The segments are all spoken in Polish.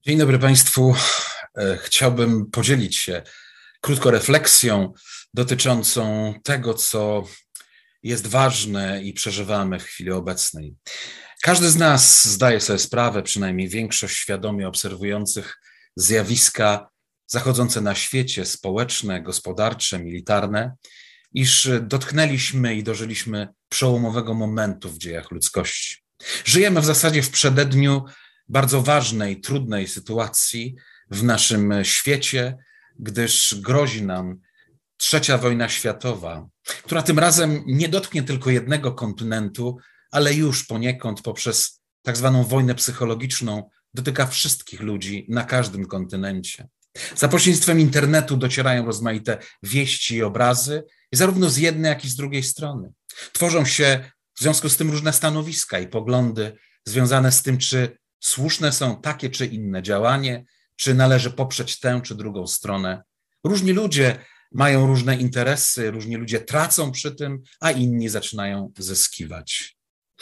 Dzień dobry Państwu. Chciałbym podzielić się krótką refleksją dotyczącą tego, co jest ważne i przeżywamy w chwili obecnej. Każdy z nas zdaje sobie sprawę, przynajmniej większość świadomie obserwujących zjawiska zachodzące na świecie, społeczne, gospodarcze, militarne, iż dotknęliśmy i dożyliśmy przełomowego momentu w dziejach ludzkości. Żyjemy w zasadzie w przededniu bardzo ważnej, trudnej sytuacji w naszym świecie, gdyż grozi nam trzecia wojna światowa, która tym razem nie dotknie tylko jednego kontynentu, ale już poniekąd poprzez tak zwaną wojnę psychologiczną dotyka wszystkich ludzi na każdym kontynencie. Za pośrednictwem internetu docierają rozmaite wieści i obrazy, zarówno z jednej, jak i z drugiej strony. Tworzą się w związku z tym różne stanowiska i poglądy związane z tym, czy słuszne są takie czy inne działanie, czy należy poprzeć tę czy drugą stronę. Różni ludzie mają różne interesy, różni ludzie tracą przy tym, a inni zaczynają zyskiwać.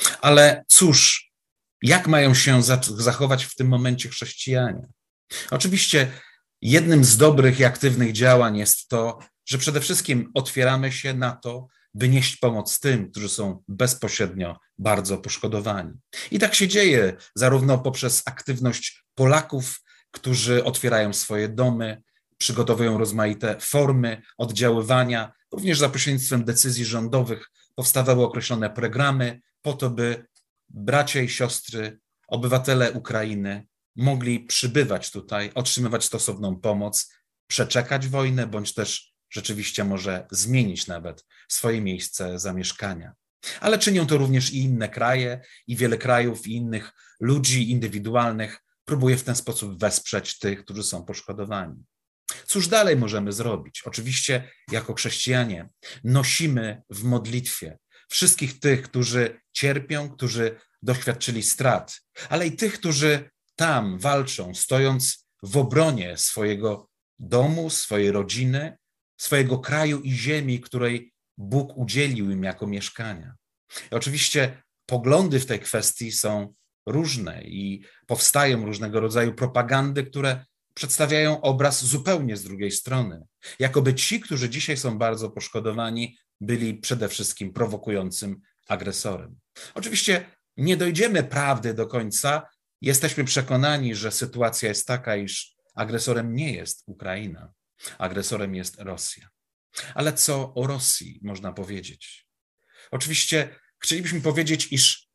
Ale cóż, jak mają się zachować w tym momencie chrześcijanie? Oczywiście jednym z dobrych i aktywnych działań jest to, że przede wszystkim otwieramy się na to, by nieść pomoc tym, którzy są bezpośrednio bardzo poszkodowani. I tak się dzieje zarówno poprzez aktywność Polaków, którzy otwierają swoje domy, przygotowują rozmaite formy oddziaływania, również za pośrednictwem decyzji rządowych powstawały określone programy po to, by bracia i siostry, obywatele Ukrainy mogli przybywać tutaj, otrzymywać stosowną pomoc, przeczekać wojnę, bądź też rzeczywiście może zmienić nawet swoje miejsce zamieszkania. Ale czynią to również i inne kraje, i wiele krajów, i innych ludzi indywidualnych próbuje w ten sposób wesprzeć tych, którzy są poszkodowani. Cóż dalej możemy zrobić? Oczywiście jako chrześcijanie nosimy w modlitwie wszystkich tych, którzy cierpią, którzy doświadczyli strat, ale i tych, którzy tam walczą, stojąc w obronie swojego domu, swojej rodziny, swojego kraju i ziemi, której Bóg udzielił im jako mieszkania. I oczywiście poglądy w tej kwestii są różne i powstają różnego rodzaju propagandy, które przedstawiają obraz zupełnie z drugiej strony. Jakoby ci, którzy dzisiaj są bardzo poszkodowani, byli przede wszystkim prowokującym agresorem. Oczywiście nie dojdziemy prawdy do końca. Jesteśmy przekonani, że sytuacja jest taka, iż agresorem nie jest Ukraina. Agresorem jest Rosja. Ale co o Rosji można powiedzieć? Oczywiście chcielibyśmy powiedzieć, iż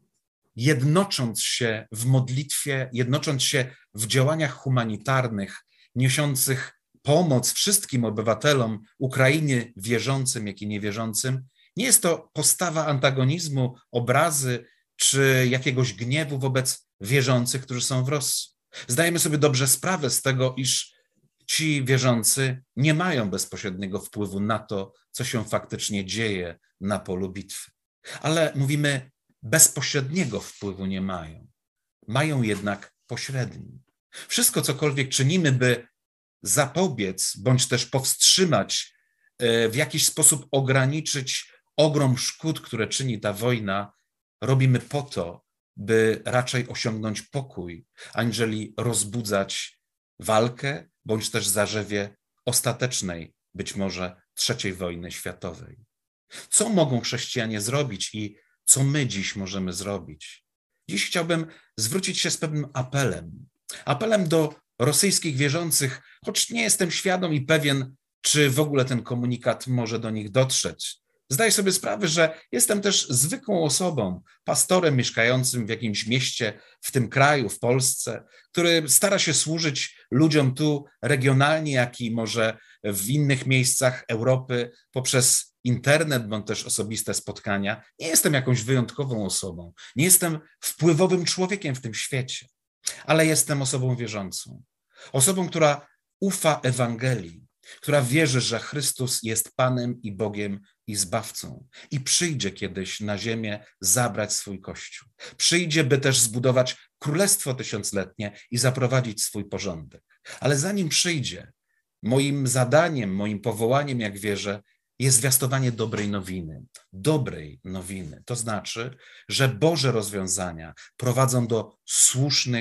jednocząc się w modlitwie, jednocząc się w działaniach humanitarnych, niosących pomoc wszystkim obywatelom Ukrainy, wierzącym, jak i niewierzącym, nie jest to postawa antagonizmu, obrazy czy jakiegoś gniewu wobec wierzących, którzy są w Rosji. Zdajemy sobie dobrze sprawę z tego, iż ci wierzący nie mają bezpośredniego wpływu na to, co się faktycznie dzieje na polu bitwy. Ale mówimy, bezpośredniego wpływu nie mają. Mają jednak pośredni. Wszystko, cokolwiek czynimy, by zapobiec, bądź też powstrzymać, w jakiś sposób ograniczyć ogrom szkód, które czyni ta wojna, robimy po to, by raczej osiągnąć pokój, aniżeli rozbudzać walkę, bądź też zarzewie ostatecznej, być może trzeciej wojny światowej. Co mogą chrześcijanie zrobić i co my dziś możemy zrobić? Dziś chciałbym zwrócić się z pewnym apelem. Apelem do rosyjskich wierzących, choć nie jestem świadom i pewien, czy w ogóle ten komunikat może do nich dotrzeć. Zdaję sobie sprawę, że jestem też zwykłą osobą, pastorem mieszkającym w jakimś mieście w tym kraju, w Polsce, który stara się służyć ludziom tu regionalnie, jak i może w innych miejscach Europy poprzez internet, bądź też osobiste spotkania. Nie jestem jakąś wyjątkową osobą, nie jestem wpływowym człowiekiem w tym świecie, ale jestem osobą wierzącą. Osobą, która ufa Ewangelii, która wierzy, że Chrystus jest Panem i Bogiem i Zbawcą i przyjdzie kiedyś na ziemię zabrać swój Kościół. Przyjdzie, by też zbudować Królestwo Tysiącletnie i zaprowadzić swój porządek. Ale zanim przyjdzie, moim zadaniem, moim powołaniem, jak wierzę, jest zwiastowanie dobrej nowiny. Dobrej nowiny. To znaczy, że Boże rozwiązania prowadzą do słusznych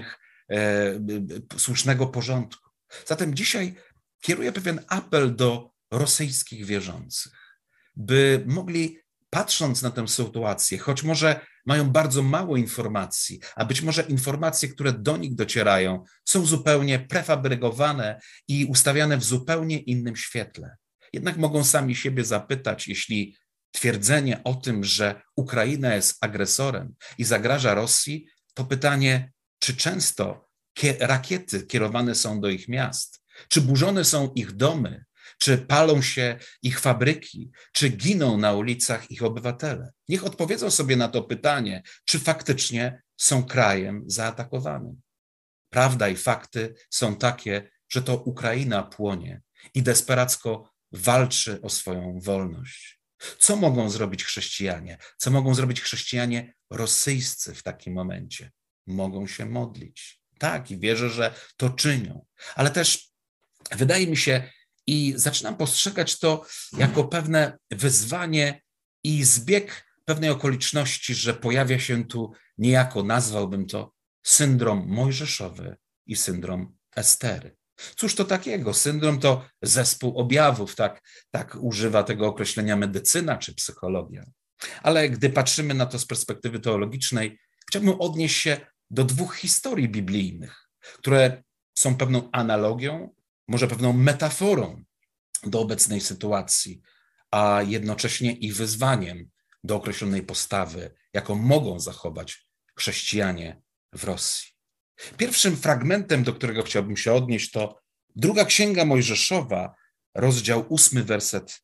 słusznego porządku. Zatem dzisiaj kieruję pewien apel do rosyjskich wierzących, by mogli, patrząc na tę sytuację, choć może mają bardzo mało informacji, a być może informacje, które do nich docierają, są zupełnie prefabrykowane i ustawiane w zupełnie innym świetle. Jednak mogą sami siebie zapytać, jeśli twierdzenie o tym, że Ukraina jest agresorem i zagraża Rosji, to pytanie, czy często rakiety kierowane są do ich miast, czy burzone są ich domy, czy palą się ich fabryki, czy giną na ulicach ich obywatele. Niech odpowiedzą sobie na to pytanie, czy faktycznie są krajem zaatakowanym. Prawda i fakty są takie, że to Ukraina płonie i desperacko walczy o swoją wolność. Co mogą zrobić chrześcijanie? Co mogą zrobić chrześcijanie rosyjscy w takim momencie? Mogą się modlić. Tak, i wierzę, że to czynią. Ale też wydaje mi się, i zaczynam postrzegać to jako pewne wyzwanie i zbieg pewnej okoliczności, że pojawia się tu niejako, nazwałbym to, syndrom mojżeszowy i syndrom Estery. Cóż to takiego? Syndrom to zespół objawów, tak używa tego określenia medycyna czy psychologia. Ale gdy patrzymy na to z perspektywy teologicznej, chciałbym odnieść się do dwóch historii biblijnych, które są pewną analogią, może pewną metaforą do obecnej sytuacji, a jednocześnie i wyzwaniem do określonej postawy, jaką mogą zachować chrześcijanie w Rosji. Pierwszym fragmentem, do którego chciałbym się odnieść, to Druga Księga Mojżeszowa, rozdział 8, werset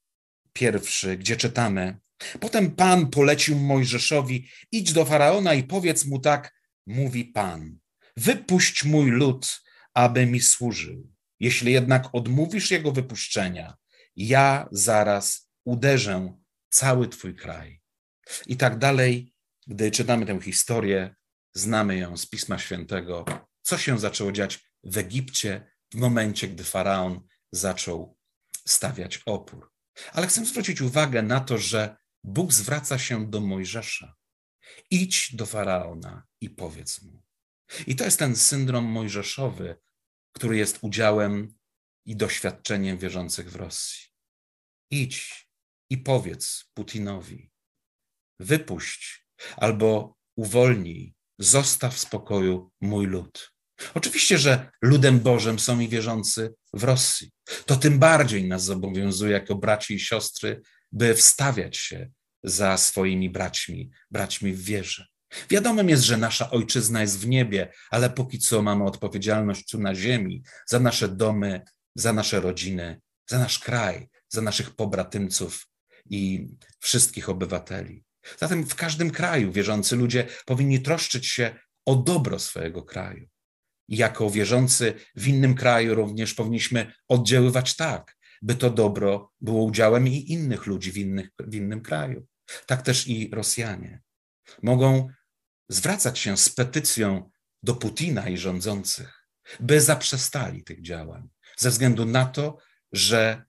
1, gdzie czytamy: Potem Pan polecił Mojżeszowi: idź do Faraona i powiedz mu tak, mówi Pan, wypuść mój lud, aby mi służył. Jeśli jednak odmówisz jego wypuszczenia, ja zaraz uderzę cały twój kraj. I tak dalej, gdy czytamy tę historię, znamy ją z Pisma Świętego, co się zaczęło dziać w Egipcie w momencie, gdy Faraon zaczął stawiać opór. Ale chcę zwrócić uwagę na to, że Bóg zwraca się do Mojżesza. Idź do Faraona i powiedz mu. I to jest ten syndrom mojżeszowy, który jest udziałem i doświadczeniem wierzących w Rosji. Idź i powiedz Putinowi, wypuść albo uwolnij, zostaw w spokoju mój lud. Oczywiście, że ludem Bożym są i wierzący w Rosji. To tym bardziej nas zobowiązuje jako braci i siostry, by wstawiać się za swoimi braćmi w wierze. Wiadomym jest, że nasza ojczyzna jest w niebie, ale póki co mamy odpowiedzialność tu na ziemi za nasze domy, za nasze rodziny, za nasz kraj, za naszych pobratymców i wszystkich obywateli. Zatem w każdym kraju wierzący ludzie powinni troszczyć się o dobro swojego kraju. I jako wierzący w innym kraju również powinniśmy oddziaływać tak, by to dobro było udziałem i innych ludzi w innym kraju. Tak też i Rosjanie mogą zwracać się z petycją do Putina i rządzących, by zaprzestali tych działań, ze względu na to, że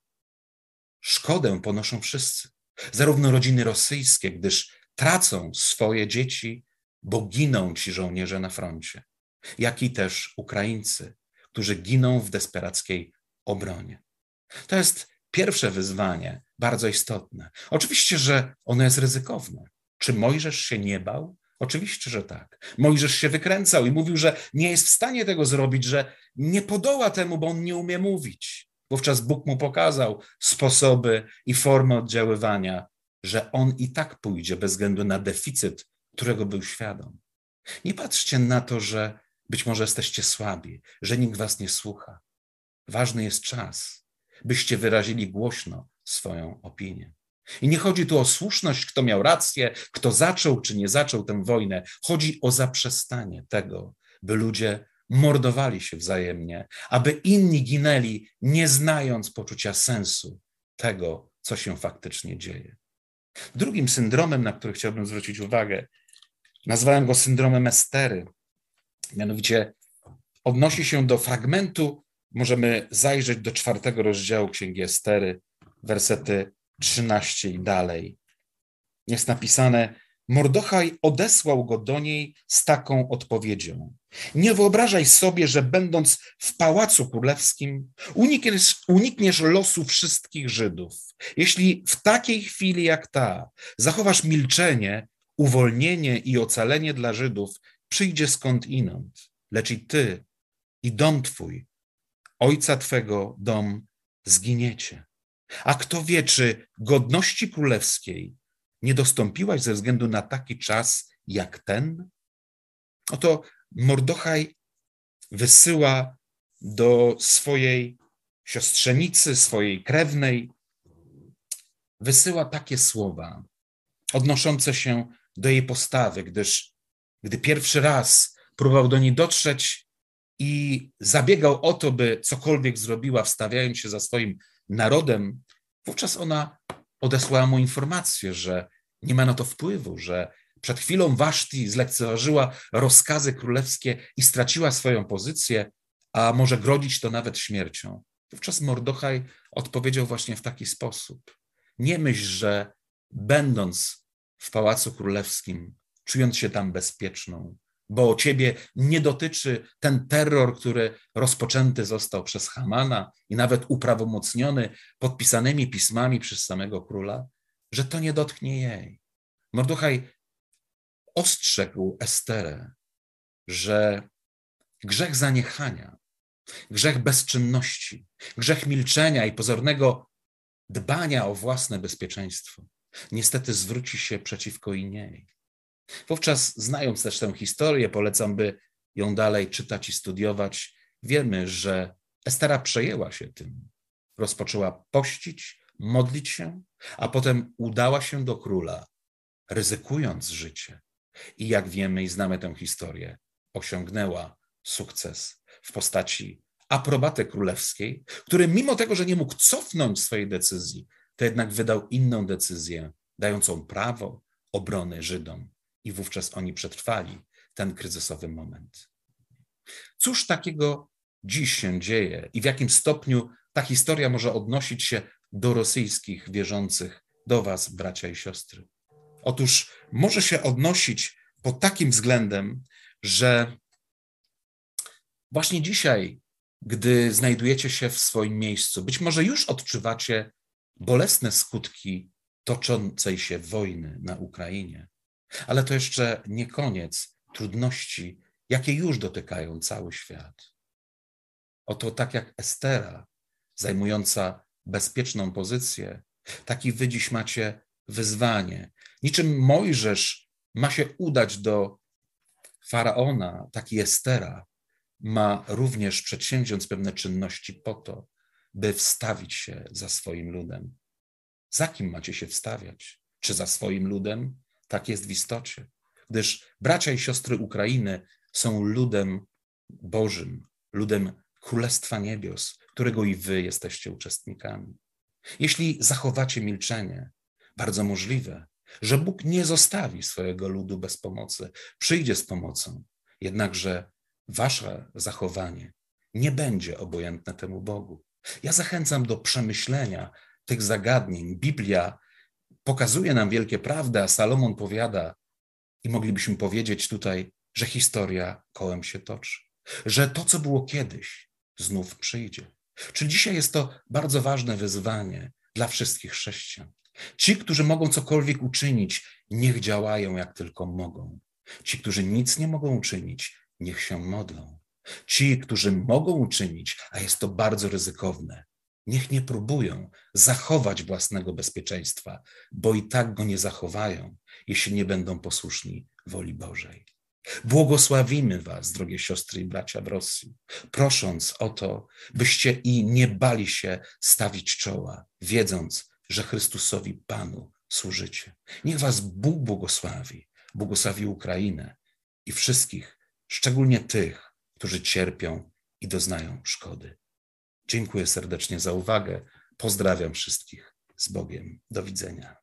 szkodę ponoszą wszyscy, zarówno rodziny rosyjskie, gdyż tracą swoje dzieci, bo giną ci żołnierze na froncie, jak i też Ukraińcy, którzy giną w desperackiej obronie. To jest pierwsze wyzwanie, bardzo istotne. Oczywiście, że ono jest ryzykowne. Czy Mojżesz się nie bał? Oczywiście, że tak. Mojżesz się wykręcał i mówił, że nie jest w stanie tego zrobić, że nie podoła temu, bo on nie umie mówić. Wówczas Bóg mu pokazał sposoby i formy oddziaływania, że on i tak pójdzie bez względu na deficyt, którego był świadom. Nie patrzcie na to, że być może jesteście słabi, że nikt was nie słucha. Ważny jest czas, byście wyrazili głośno swoją opinię. I nie chodzi tu o słuszność, kto miał rację, kto zaczął czy nie zaczął tę wojnę. Chodzi o zaprzestanie tego, by ludzie mordowali się wzajemnie, aby inni ginęli, nie znając poczucia sensu tego, co się faktycznie dzieje. Drugim syndromem, na który chciałbym zwrócić uwagę, nazwałem go syndromem Estery. Mianowicie odnosi się do fragmentu, możemy zajrzeć do 4 rozdziału Księgi Estery, wersety 13 i dalej. Jest napisane: Mordochaj odesłał go do niej z taką odpowiedzią: Nie wyobrażaj sobie, że będąc w Pałacu Królewskim unikniesz losu wszystkich Żydów. Jeśli w takiej chwili jak ta zachowasz milczenie, uwolnienie i ocalenie dla Żydów przyjdzie skądinąd, lecz i ty, i dom twój, ojca twego dom zginiecie. A kto wie, czy godności królewskiej nie dostąpiłaś ze względu na taki czas jak ten? Oto Mordochaj wysyła do swojej siostrzenicy, swojej krewnej, wysyła takie słowa odnoszące się do jej postawy, gdyż gdy pierwszy raz próbował do niej dotrzeć i zabiegał o to, by cokolwiek zrobiła, wstawiając się za swoim narodem, wówczas ona odesłała mu informację, że nie ma na to wpływu, że przed chwilą Waszti zlekceważyła rozkazy królewskie i straciła swoją pozycję, a może grozić to nawet śmiercią. Wówczas Mordochaj odpowiedział właśnie w taki sposób. Nie myśl, że będąc w Pałacu Królewskim, czując się tam bezpieczną, bo ciebie nie dotyczy ten terror, który rozpoczęty został przez Hamana i nawet uprawomocniony podpisanymi pismami przez samego króla, że to nie dotknie jej. Mordochaj ostrzegł Esterę, że grzech zaniechania, grzech bezczynności, grzech milczenia i pozornego dbania o własne bezpieczeństwo niestety zwróci się przeciwko niej. Wówczas, znając też tę historię, polecam, by ją dalej czytać i studiować. Wiemy, że Estera przejęła się tym. Rozpoczęła pościć, modlić się, a potem udała się do króla, ryzykując życie. I jak wiemy i znamy tę historię, osiągnęła sukces w postaci aprobaty królewskiej, który mimo tego, że nie mógł cofnąć swojej decyzji, to jednak wydał inną decyzję, dającą prawo obrony Żydom. I wówczas oni przetrwali ten kryzysowy moment. Cóż takiego dziś się dzieje i w jakim stopniu ta historia może odnosić się do rosyjskich wierzących, do was, bracia i siostry? Otóż może się odnosić pod takim względem, że właśnie dzisiaj, gdy znajdujecie się w swoim miejscu, być może już odczuwacie bolesne skutki toczącej się wojny na Ukrainie. Ale to jeszcze nie koniec trudności, jakie już dotykają cały świat. Oto tak jak Estera, zajmująca bezpieczną pozycję, taki wy dziś macie wyzwanie. Niczym Mojżesz ma się udać do Faraona, taki Estera ma również przedsięwziąć pewne czynności po to, by wstawić się za swoim ludem. Za kim macie się wstawiać? Czy za swoim ludem? Tak jest w istocie, gdyż bracia i siostry Ukrainy są ludem Bożym, ludem Królestwa Niebios, którego i wy jesteście uczestnikami. Jeśli zachowacie milczenie, bardzo możliwe, że Bóg nie zostawi swojego ludu bez pomocy, przyjdzie z pomocą, jednakże wasze zachowanie nie będzie obojętne temu Bogu. Ja zachęcam do przemyślenia tych zagadnień. Biblia pokazuje nam wielkie prawdy, a Salomon powiada, i moglibyśmy powiedzieć tutaj, że historia kołem się toczy, że to, co było kiedyś, znów przyjdzie. Czyli dzisiaj jest to bardzo ważne wyzwanie dla wszystkich chrześcijan. Ci, którzy mogą cokolwiek uczynić, niech działają jak tylko mogą. Ci, którzy nic nie mogą uczynić, niech się modlą. Ci, którzy mogą uczynić, a jest to bardzo ryzykowne, niech nie próbują zachować własnego bezpieczeństwa, bo i tak go nie zachowają, jeśli nie będą posłuszni woli Bożej. Błogosławimy was, drogie siostry i bracia w Rosji, prosząc o to, byście i nie bali się stawić czoła, wiedząc, że Chrystusowi Panu służycie. Niech was Bóg błogosławi Ukrainę i wszystkich, szczególnie tych, którzy cierpią i doznają szkody. Dziękuję serdecznie za uwagę. Pozdrawiam wszystkich z Bogiem. Do widzenia.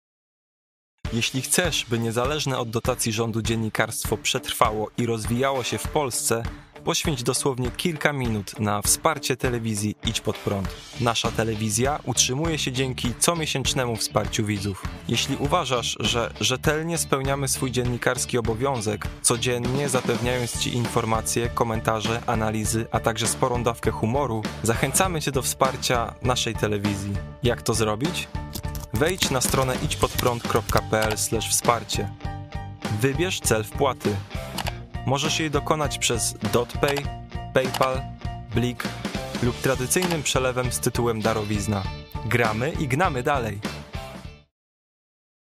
Jeśli chcesz, by niezależne od dotacji rządu dziennikarstwo przetrwało i rozwijało się w Polsce, poświęć dosłownie kilka minut na wsparcie telewizji Idź Pod Prąd. Nasza telewizja utrzymuje się dzięki comiesięcznemu wsparciu widzów. Jeśli uważasz, że rzetelnie spełniamy swój dziennikarski obowiązek, codziennie zapewniając Ci informacje, komentarze, analizy, a także sporą dawkę humoru, zachęcamy Cię do wsparcia naszej telewizji. Jak to zrobić? Wejdź na stronę idźpodprąd.pl/wsparcie. Wybierz cel wpłaty. Możesz jej dokonać przez DotPay, PayPal, Blik lub tradycyjnym przelewem z tytułem darowizna. Gramy i gnamy dalej!